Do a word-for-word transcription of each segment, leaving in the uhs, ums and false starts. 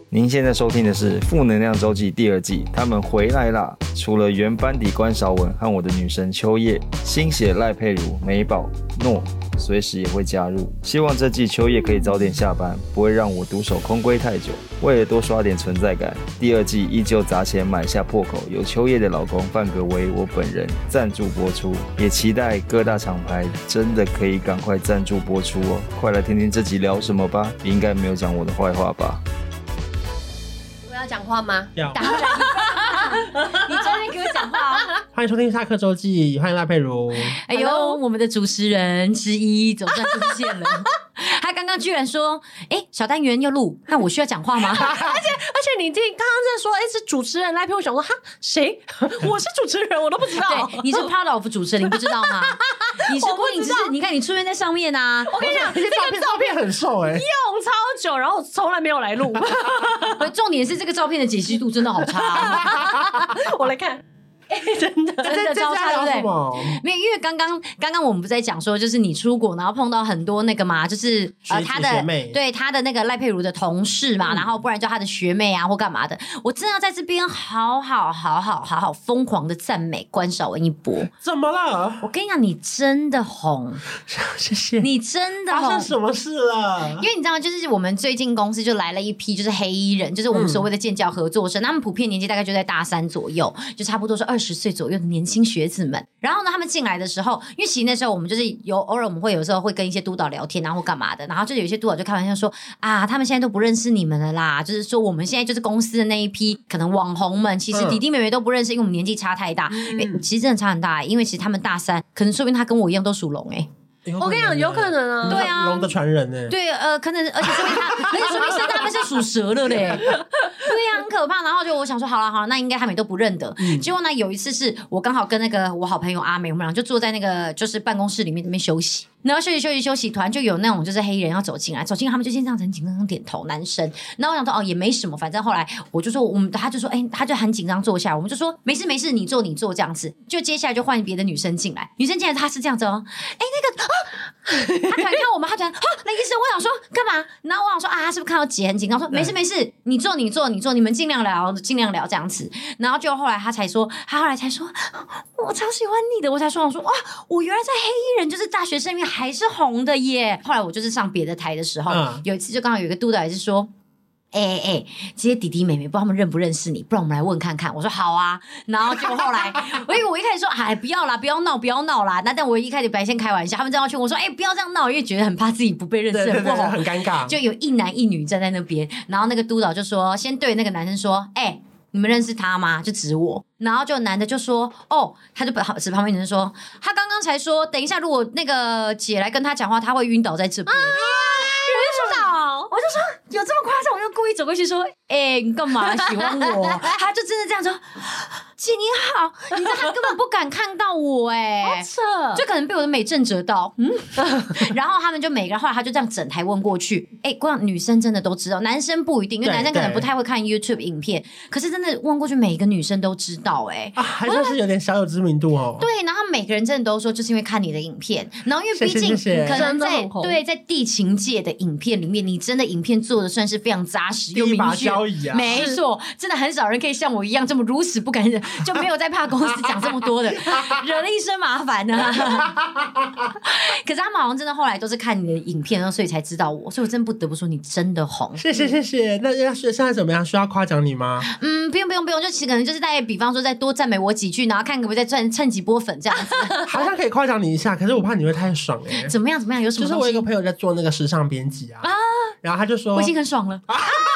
您现在收听的是《负能量周记》第二季，他们回来啦！除了原班底关韶文和我的女神秋叶，新血赖佩如、美宝、诺随时也会加入。希望这季秋叶可以早点下班，不会让我独守空闺太久。为了多刷点存在感，第二季依旧砸钱买下破口，由秋叶的老公范格为我本人赞助播出，也期待各大厂牌真的可以赶快赞助播出哦！快来听听这集聊什么吧，你应该没有讲我的坏话吧？ 要讲话吗？ 要。 打回来你昨天给我讲话哦。 欢迎收听下课周记，欢迎赖佩如。 哎呦， Hello? 我们的主持人之一总算出现了。他刚刚居然说：“哎、欸，小单元要录，那我需要讲话吗？”而且而且你听刚刚在说，哎、欸，是主持人赖佩如，我想说哈谁？我是主持人，我都不知道。 对，你是 part of 主持人，你不知道吗？你是播影只是你看你出现在上面啊。 我跟你讲，这个照片很瘦哎、欸， 用超久，然后从来没有来录。 重点是这个照片的解析度真的好差、啊。 我来看。欸、真的真的超差，对不对？没有，因为刚刚刚刚我们不在讲说，就是你出国，然后碰到很多那个嘛，就是呃他的对他的那个赖佩如的同事嘛，嗯、然后不然就他的学妹啊或干嘛的。我真的要在这边好好好好好好疯狂的赞美关韶文一波。 怎么了？ 我跟你讲，你真的红， 谢谢。 你真的红， 发生什么事了？ 因为你知道，就是我们最近公司就来了一批就是黑衣人，就是我们所谓的建教合作生，嗯、他们普遍年纪大概就在大三左右，就差不多是二十岁左右的年轻学子们。然后呢，他们进来的时候，因为其实那时候我们就是有偶尔我们会有时候会跟一些督导聊天啊或干嘛的，然后就有一些督导就开玩笑说啊，他们现在都不认识你们了啦，就是说我们现在就是公司的那一批可能网红们，其实弟弟妹妹都不认识，因为我们年纪差太大，嗯、因为其实真的差很大，因为其实他们大三，可能说不定他跟我一样都属龙哎、欸。 我跟你讲，有可能啊， 对啊， 龙的传人呢、欸？ 对，呃，可能，而且说明他，而且说明是他们是属蛇的嘞，对呀、啊，很可怕。然后就我想说，好了好了，那应该他们都不认得。嗯、结果呢，有一次是我刚好跟那个我好朋友阿美，我们俩就坐在那个就是办公室里面那边休息，然后休息休息休息，突然就有那种就是黑衣人要走进来，走进来他们就先这样很紧张点头，男生。然后我想说哦也没什么，反正后来我就说我们，他就说哎、欸，他就很紧张坐下，我们就说没事没事，你坐你坐这样子。就接下来就换别的女生进来，女生进来她是这样子哦，哎、欸、那个啊。他突然看我们，他突然啊，那意思我想说干嘛？然后我想说啊，他是不是看到姐很紧张？说没事没事，你坐你坐你坐，你们尽量聊尽量聊这样子。然后就后来他才说，他后来才说，我超喜欢你的，我才说我说哇，我原来在黑衣人就是大学生里面还是红的耶。后来我就是上别的台的时候，嗯、有一次就刚好有一个督导也是说。哎哎哎，这些弟弟妹妹不知道他们认不认识你，不然我们来问看看。我说好啊，然后就后来，我以为我一开始说哎不要啦，不要闹，不要闹啦。那但我一开始本来先开玩笑，他们正要劝我说哎不要这样闹，因为觉得很怕自己不被认识，很不红， 很尴尬。 就有一男一女站在那边，然后那个督导就说，先对那个男生说，哎。你们认识他吗？就指我，然后就男的就说，哦，他就指旁边女生说，他刚刚才说，等一下如果那个姐来跟他讲话，他会晕倒在这边。啊晕倒！我就说有这么夸张？我就故意走过去说，哎、欸，你干嘛喜欢我？他就真的这样说，姐你好，你知道他根本不敢看到我、欸，哎， 好扯， 就可能被我的美震折到，嗯，然后他们就每个人后来他就这样整台问过去，哎、欸，光女生真的都知道，男生不一定，因为男生可能不太会看 YouTube 影片，可是真的问过去，每一个女生都知道、欸，哎、 啊，还算是有点小有知名度哦。 对，然后每个人真的都说，就是因为看你的影片，然后因为毕竟可能在对在地勤界的影片里面，你真的影片做的算是非常扎实又明确， 啊、 没错，真的很少人可以像我一样这么如此不敢忍，就没有在怕公司讲这么多的，惹了一身麻烦呢、啊。可是他们好像真的后来都是看你的影片，然后所以才知道我，所以我真不得不说你真的红。 谢谢谢谢。那要现在怎么样？需要夸奖你吗？ 嗯，不用不用不用，就其实可能就是在比方说再多赞美我几句，然后看可不可以再趁趁几波粉这样子。 好像可以夸奖你一下，可是我怕你会太爽哎、欸。 怎么样怎么样？有什么？ 就是我有一个朋友在做那个时尚编辑啊，啊然后他就说我已经很爽了。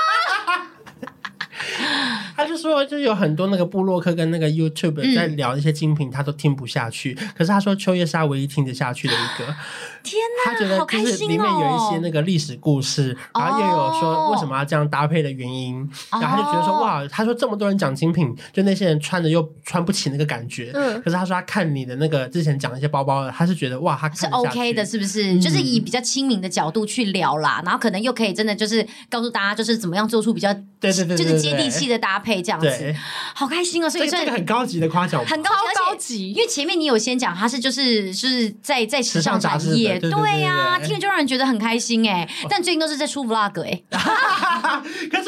他就说，就有很多那个部落客跟那个 YouTube 在聊一些精品，嗯、他都听不下去。可是他说秋叶是他唯一听得下去的一个。 天哪， 他觉得就是里面有一些那个历史故事， 哦、 然后又有说为什么要这样搭配的原因，哦、然后他就觉得说哇，他说这么多人讲精品，就那些人穿的又穿不起那个感觉。嗯、可是他说他看你的那个之前讲一些包包的，他是觉得哇，他看得下去是 OK 的，是不是？嗯、就是以比较亲民的角度去聊啦，然后可能又可以真的就是告诉大家，就是怎么样做出比较对对对就是接地气的搭配，这样子，好开心哦！所以这个很高级的夸奖， 很高级，高级。因为前面你有先讲，他是就是就是在在时尚产业， 对呀、啊，听了就让人觉得很开心哎。但最近都是在出 vlog 哎。 可是我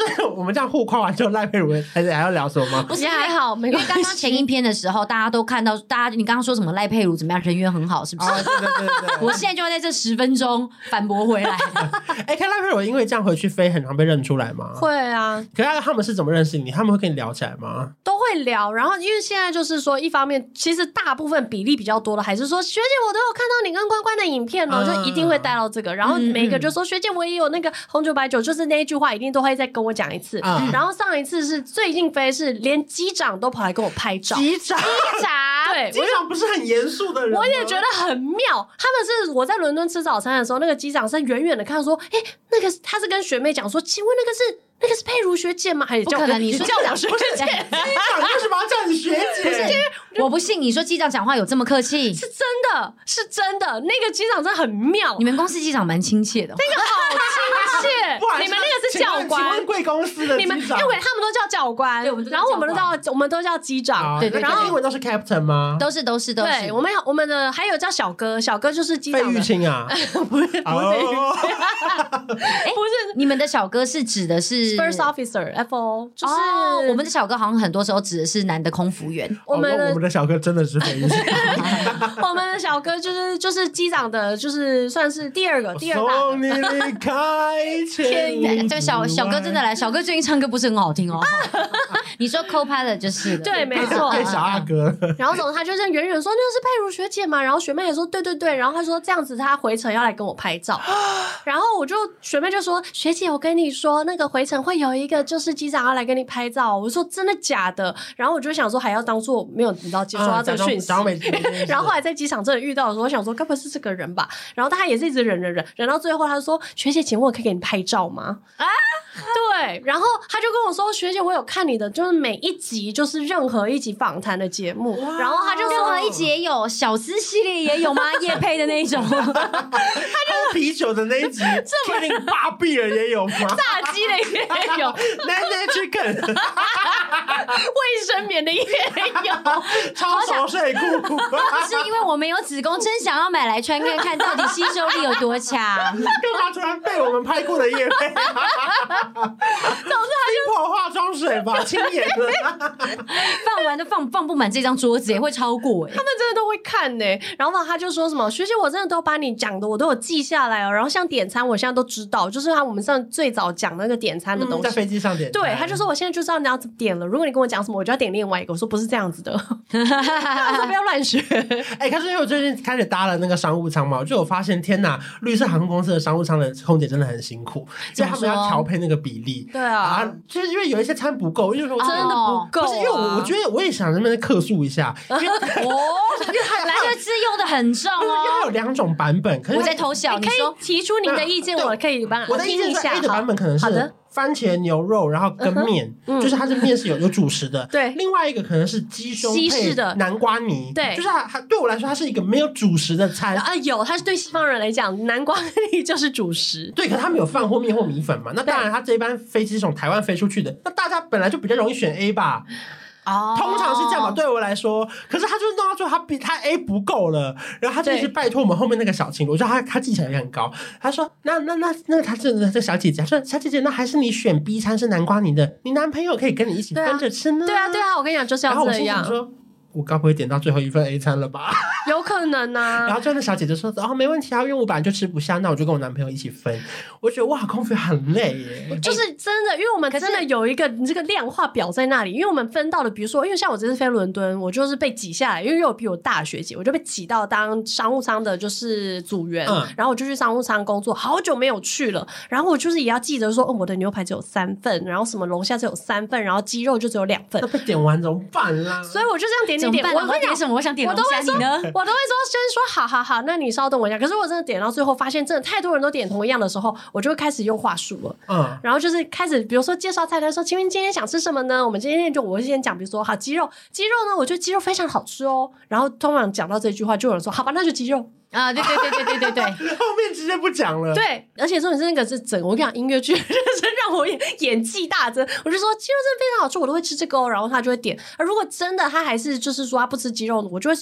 们这样互夸完之后，赖佩如还还要聊什么吗？ 不是也还好，没因为关系。 刚刚前一篇的时候，大家都看到，大家你刚刚说什么赖佩如怎么样，人缘很好，是不是？ 啊，对对对对对。 我现在就要在这十分钟反驳回来。 哎，看赖佩如因为这样回去飞，很常被认出来吗？ 会啊， 可是他们是怎么认识你？他们会跟你聊起来吗？ 都会聊。然后因为现在就是说，一方面其实大部分比例比较多的还是说，学姐我都有看到你跟关关的影片哦， 嗯、 就一定会带到这个。然后每一个就说、嗯、学姐我也有那个红酒白酒，就是那一句话一定都会再跟我讲一次。嗯、然后上一次是最近飞是连机长都跑来跟我拍照。 机长， 机长，对， 机长不是很严肃的人吗？ 我也觉得很妙。他们是我在伦敦吃早餐的时候，那个机长是远远的看说，哎，那个他是跟学妹讲说，请问那个是。那个是佩如学姐吗？还是叫不可能？你说叫我学姐， 机长为什么要叫你学姐？ 不是，我不信你说机长讲话有这么客气， 是真的，是真的。那个机长真的很妙， 你们公司机长蛮亲切的， 那个好亲切。你们那个是教官， 请问贵公司的你们，因为他们都叫教官，然后我们都叫我们都叫机长， 对对。 然后英文都是 captain 吗？ 都是都是都是。 对，我们我们的还有叫小哥，小哥就是机长的。 费玉清啊， 不是不是费玉清， 不是你们的小哥是指的是。 First officer F O 就是、 哦、我们的小哥好像很多时候指的是男的空服员， 我们的、哦、我们的小哥真的是非常我们的小哥就是就是机长的，就是算是第二个第二大的。 送你离开千里。 这小小哥真的来，小哥最近唱歌不是很好听哦。你说 co-pilot 就是对，没错， 小阿哥。 然后总他就是远远说那是佩如学姐嘛，然后学妹也说对对对，然后他说这样子他回程要来跟我拍照，然后我就学妹就说学姐我跟你说那个回程会有一个就是机长要来跟你拍照，我说真的假的？然后我就想说还要当做没有你知道接收到这个讯息，嗯、然后后来在机场真的遇到的时候，我想说该不会是这个人吧？然后他也是一直忍忍忍，忍到最后他就说学姐，请问我可以给你拍照吗？啊，对，然后他就跟我说学姐，我有看你的，就是每一集就是任何一集访谈的节目，然后他就任何一集也有，小资系列也有吗？业配的那一种，他就啤酒的那一集，这么令芭比尔也有吗？ 炸鸡的也有 ，Nene Chicken， 卫生棉的也有， 超熟睡裤， 是因为我们有子宫，真想要买来穿看看，到底吸收力有多强。 干嘛突然被我们拍过的业配？ 总之他就泡化妆水吧，轻颜的。 放完都放放不满这张桌子，也会超过哎、欸。 他们真的都会看呢、欸。然后他就说什么学姐，我真的都把你讲的我都有记下来哦。然后像点餐，我现在都知道，就是他我们上最早讲那个点餐的东西，嗯、 在飞机上点餐。 对，他就说我现在就知道你要怎么点了。如果你跟我讲什么，我就要点另外一个。我说不是这样子的，我说不要乱学。 哎、欸，可是因为我最近开始搭了那个商务舱嘛，我就有发现，天哪，绿色航空公司的商务舱的空姐真的很辛苦，因为他们要调配那个比例。 对啊， 啊，就是因为有一些餐不够，因为我真的不够、啊。 不是因为我我觉得我也想在那边客诉一下，因为哦，因为它来这次用的很重哦， 因为它有两种版本，可是我在偷笑， 你可以提出您的意见，我可以帮我的意见是 A 的版本可能是番茄牛肉，然后跟面，嗯、就是它的面是有有主食的。 对， 另外一个可能是鸡胸配南瓜泥。 对， 就是它，它对我来说，它是一个没有主食的餐啊。有，它是对西方人来讲，南瓜泥就是主食。 对，可是它没有饭或面或米粉嘛。那当然，它这一班飞机是从台湾飞出去的，那大家本来就比较容易选 A 吧。 哦， 通常是这样嘛，对我来说，可是他就是弄到最后，他比他 A 不够了，然后他就一直拜托我们后面那个小情侣，我觉得他他技巧也很高。他说：“那那那那他这这小姐姐，他说小姐姐，那还是你选 B 餐是南瓜泥的，你男朋友可以跟你一起分着吃呢。” 对啊，对啊，我跟你讲就是要这样。 说我该不会点到最后一份 A 餐了吧？ 有可能啊。 然后就那小姐姐说：“哦，没问题啊，因为我本来就吃不下，那我就跟我男朋友一起分。”我觉得哇，空服很累耶。 就是真的，因为我们真的有一个你这个量化表在那里，因为我们分到的，比如说，因为像我这次飞伦敦，我就是被挤下来，因为有比我大学姐，我就被挤到当商务舱的，就是组员，嗯、然后我就去商务舱工作，好久没有去了。然后我就是也要记得说，哦，我的牛排只有三份，然后什么龙虾只有三份，然后鸡肉就只有两份。 那被点完怎么办啦？ 所以我就这样点点点， 我会点什么？我想点龙虾，你呢？ 我都会说，先说好好好，那你稍等我一下。可是我真的点到最后，发现真的太多人都点同一样的时候，我就会开始用话术了。嗯，然后就是开始，比如说介绍菜单说，请问今天想吃什么呢？我们今天就我会先讲，比如说好鸡肉，鸡肉呢，我觉得鸡肉非常好吃哦。然后通常讲到这句话，就有人说好吧，那就鸡肉。 啊，对对对对对对对， 后面直接不讲了。 对，而且重点是那个是整，我跟你讲，音乐剧就是让我演技大增。我就说鸡肉真的非常好吃，我都会吃这个哦。然后他就会点。而如果真的他还是就是说他不吃鸡肉，我就会说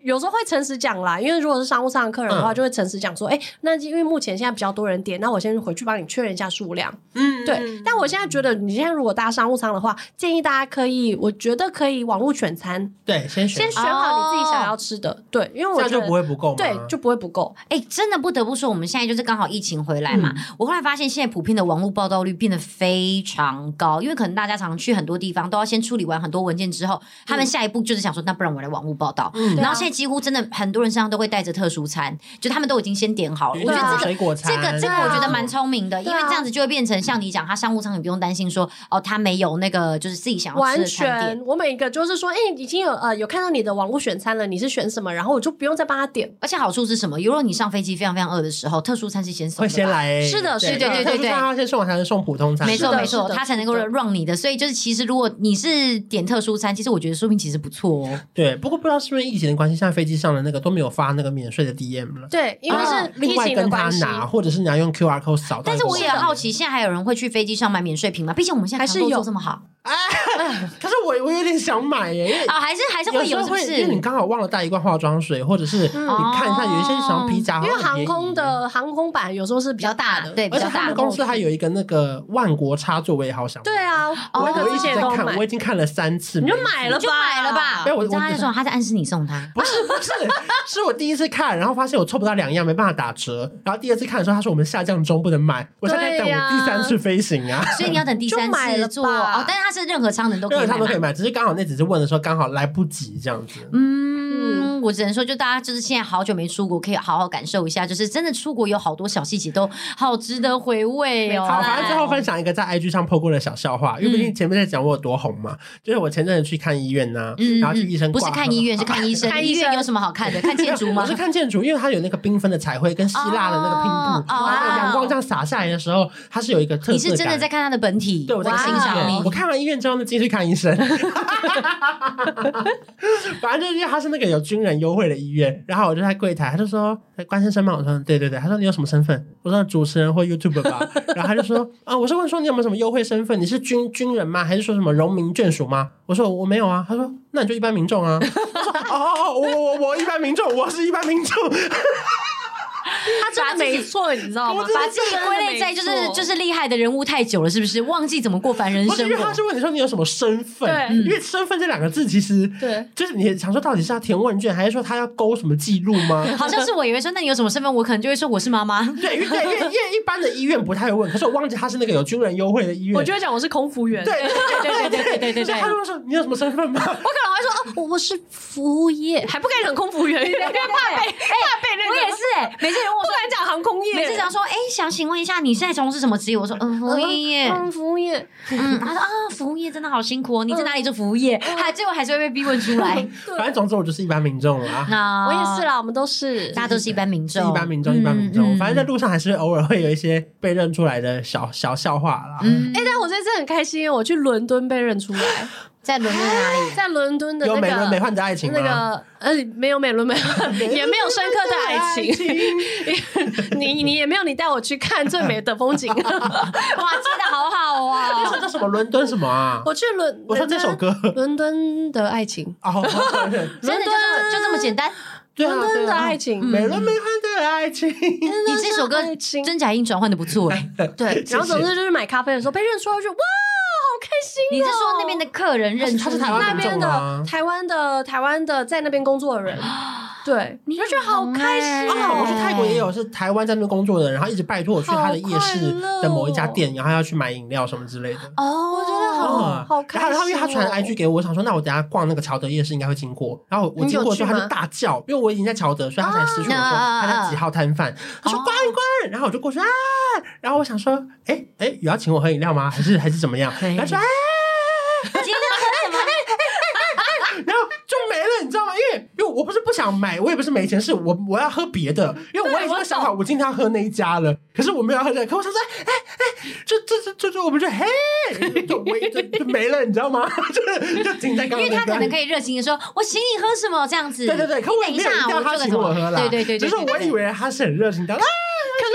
有时候会诚实讲啦，因为如果是商务舱的客人的话，就会诚实讲说，哎、嗯欸，那因为目前现在比较多人点，那我先回去帮你确认一下数量。嗯，对。但我现在觉得，你现在如果搭商务舱的话，建议大家可以，我觉得可以网络选餐。 对，先选先选好你自己想要吃的。哦、对，因为我觉得这样就不会不够。 对，就不会不够。 哎、欸，真的不得不说，我们现在就是刚好疫情回来嘛，嗯、我后来发现现在普遍的网络报到率变得非常高，因为可能大家常去很多地方都要先处理完很多文件之后，他们下一步就是想说，那不然我来网络报到。嗯、然后现在几乎真的很多人身上都会带着特殊餐，就他们都已经先点好了。我觉得这个水果餐这个这个我觉得蛮聪明的，因为这样子就会变成像你讲，他商务舱你不用担心说哦，他没有那个就是自己想要吃的餐点。 完全，我每一个就是说，哎、欸，已经有呃有看到你的网络选餐了，你是选什么，然后我就不用再帮他点。 而且好处是什么？如果你上飞机非常非常饿的时候，特殊餐是先送的， 会先来、欸。 是的，是的， 对对对对对， 他先送完才能送普通餐。 没错没错，他才能够让你的。所以就是其实如果你是点特殊餐，其实我觉得说明其实不错哦。 对，不过不知道是不是疫情的关系，现在飞机上的那个都没有发那个免税的 D M 了。 对，因为是另外跟他拿，或者是你要用 Q R code 扫。 但是我也好奇，现在还有人会去飞机上买免税品吗？毕竟我们现在还是有这么好。 哎，可是我我有点想买耶， 啊、哦，还是还是会有，是不是？ 因为你刚好忘了带一罐化妆水，或者是你看一下有一些小皮夹， 因为航空的航空版有时候是比较大的， 对，比较大。 而且他们公司还有一个那个万国插座，我也好想买。 对啊， 我我一直在看，我已经看了三次， 你就买了吧， 就买了吧。 没有，我你知道他在说他在暗示你送他， 不是不是，是我第一次看，然后发现我凑不到两样，没办法打折。然后第二次看的时候，他说我们下降中不能买，我现在等我第三次飞行啊， 所以你要等第三次做哦。但是它是任何舱人都可以买， 任何舱都可以买，只是刚好那只是问的时候刚好来不及这样子。 嗯，我只能说，就大家就是现在好久没出国，可以好好感受一下，就是真的出国有好多小细节都好值得回味哦。 好，反正最后分享一个在 I G 上 po 过的小笑话，因为毕竟前面在讲我有多红嘛，就是我前阵子去看医院呐、啊，嗯、然后去医生挂号， 不是看医院，是看医生。看医院有什么好看的？看建筑吗？ 我是看建筑，因为它有那个缤纷的彩绘跟希腊的那个拼布，哦、然后阳光这样洒下来的时候，它是有一个特色感。 你是真的在看它的本体？ 对，我在欣赏你。我看完医院之后呢，继续看医生。反正就是因为他是那个有军人优惠的医院，然后我就在柜台，他就说关先生吗？我说对对对，他说你有什么身份？我说主持人或 YouTuber 吧。然后他就说啊，我是问说你有没有什么优惠身份？你是军军人吗？还是说什么荣民眷属吗？我说我没有啊。他说那你就一般民众啊。我说哦哦，我我我一般民众，我是一般民众。 他真的没错，你知道吗？ 把自己归类在就是就是厉害的人物太久了，是不是？忘记怎么过凡人生活。 因为他是问你说你有什么身份，因为身份这两个字其实对，就是你想说到底是要填问卷，还是说他要勾什么记录吗？ 好像是我以为说那你有什么身份，我可能就会说我是妈妈。 对，因为因为因为一般的医院不太会问，可是我忘记他是那个有军人优惠的医院， 我就会讲我是空服员。 对对对对对对对对， 他就会说你有什么身份吗？ 我可能会说哦，我是服务业，还不敢讲空服员，因为怕被怕被那个。 我也是哎，每次人问我不敢讲航空业， 每次讲说哎，想请问一下你现在从事什么职业？我说嗯，服务业， 嗯，服务业。 嗯，他说啊，服务业真的好辛苦哦，你在哪里做服务业？还最后还是会被逼问出来。 反正总之我就是一般民众啦。 那我也是啦，我们都是， 大家都是一般民众， 一般民众，一般民众。反正在路上还是偶尔会有一些被认出来的小小笑话啦。 嗯，哎，但我这次很开心，我去伦敦被认出来。 在伦敦哪里？ 在伦敦的那个有美轮美奂的爱情吗？ 那个呃，没有美轮美奂，也没有深刻的爱情。你你也没有你带我去看最美的风景。哇，记得好好啊！ 你说这什么伦敦什么啊？ 我去伦， 我说这首歌《 伦敦的爱情》 哦， 真的就这么就这么简单。 伦敦的爱情， 美轮美奂的爱情。 你这首歌真假音转换的不错哎。 对，然后总之就是买咖啡的时候被认出来，就哇。好开心、哦！ 你是说那边的客人认出他是台湾那边的台湾的台湾的在那边工作的人？对，你就觉得好开心啊！我去泰国也有是台湾在那边工作的人，然后一直拜托我去他的夜市的某一家店，然后要去买饮料什么之类的。 哦，我觉得好、嗯、好开心、哦。 然后因为他传 I G 给我，我想说那我等一下逛那个乔德夜市应该会经过，然后我经过的时候他就大叫，因为我已经在乔德，所以他才私讯我说他在几号摊贩，他说关关，然后我就过去啊，然后我想说，哎、欸、哎、欸，有要请我喝饮料吗？还是还是怎么样？然后说哎。 今天喝什么？ 然后就没了，你知道吗？因为因为我不是不想买，我也不是没钱，是我我要喝别的，因为我已经想好我今天要喝那一家了，可是我没有要喝这个，可我想说，哎哎，这这这这这，我们就嘿，就我就就没了，你知道吗？就就停在刚刚， 因为他可能可以热情的说，我请你喝什么这样子， 对对对，可我等一下， 我他请我喝啦， 对对对对， 就是我以为他是很热情的。 可是我真的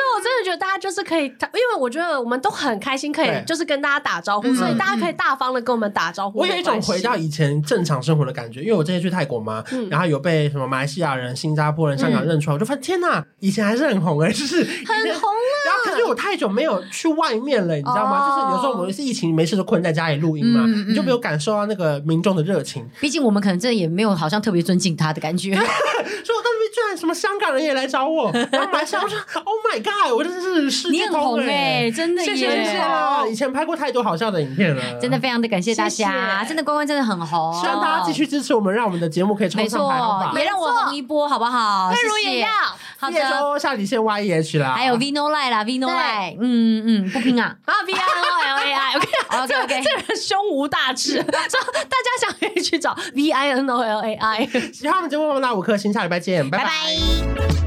的觉得大家就是可以，因为我觉得我们都很开心，可以就是跟大家打招呼，所以大家可以大方的跟我们打招呼。 我有一种回到以前正常生活的感觉，因为我这次去泰国嘛，嗯、然后有被什么马来西亚人、新加坡人、香港人认出来，嗯、我就发现天哪，以前还是很红哎、欸，就是很红啊。 然后可是我太久没有去外面了，你知道吗？哦、就是有时候我们是疫情没事都困在家里录音嘛，嗯、你就没有感受到那个民众的热情。 毕竟我们可能真的也没有好像特别尊敬他的感觉。 所以我到那边居然什么香港人也来找我，然后马来西亚我说 Oh my God， 我真的是世界通哎、欸， 真的耶！ 谢谢谢谢啊！以前拍过太多好笑的影片了， 真的非常的感谢大家，谢谢真的关关真的很红， 希望大家继续支持我们，让我们的节目可以冲上排行榜， 也让我红一波好不好？ 佩如也要， 好的，说下底线 Y E H 啦， 还有 Vino Lie 啦 ，Vino Lie， 嗯嗯，不拼啊， 啊 V I N O L A I，OK OK OK， 这人胸无大志，说大家想可以去找 V I N O L A I， 喜欢我们节目，帮我们打五颗星，下礼拜见，拜拜。 拜拜。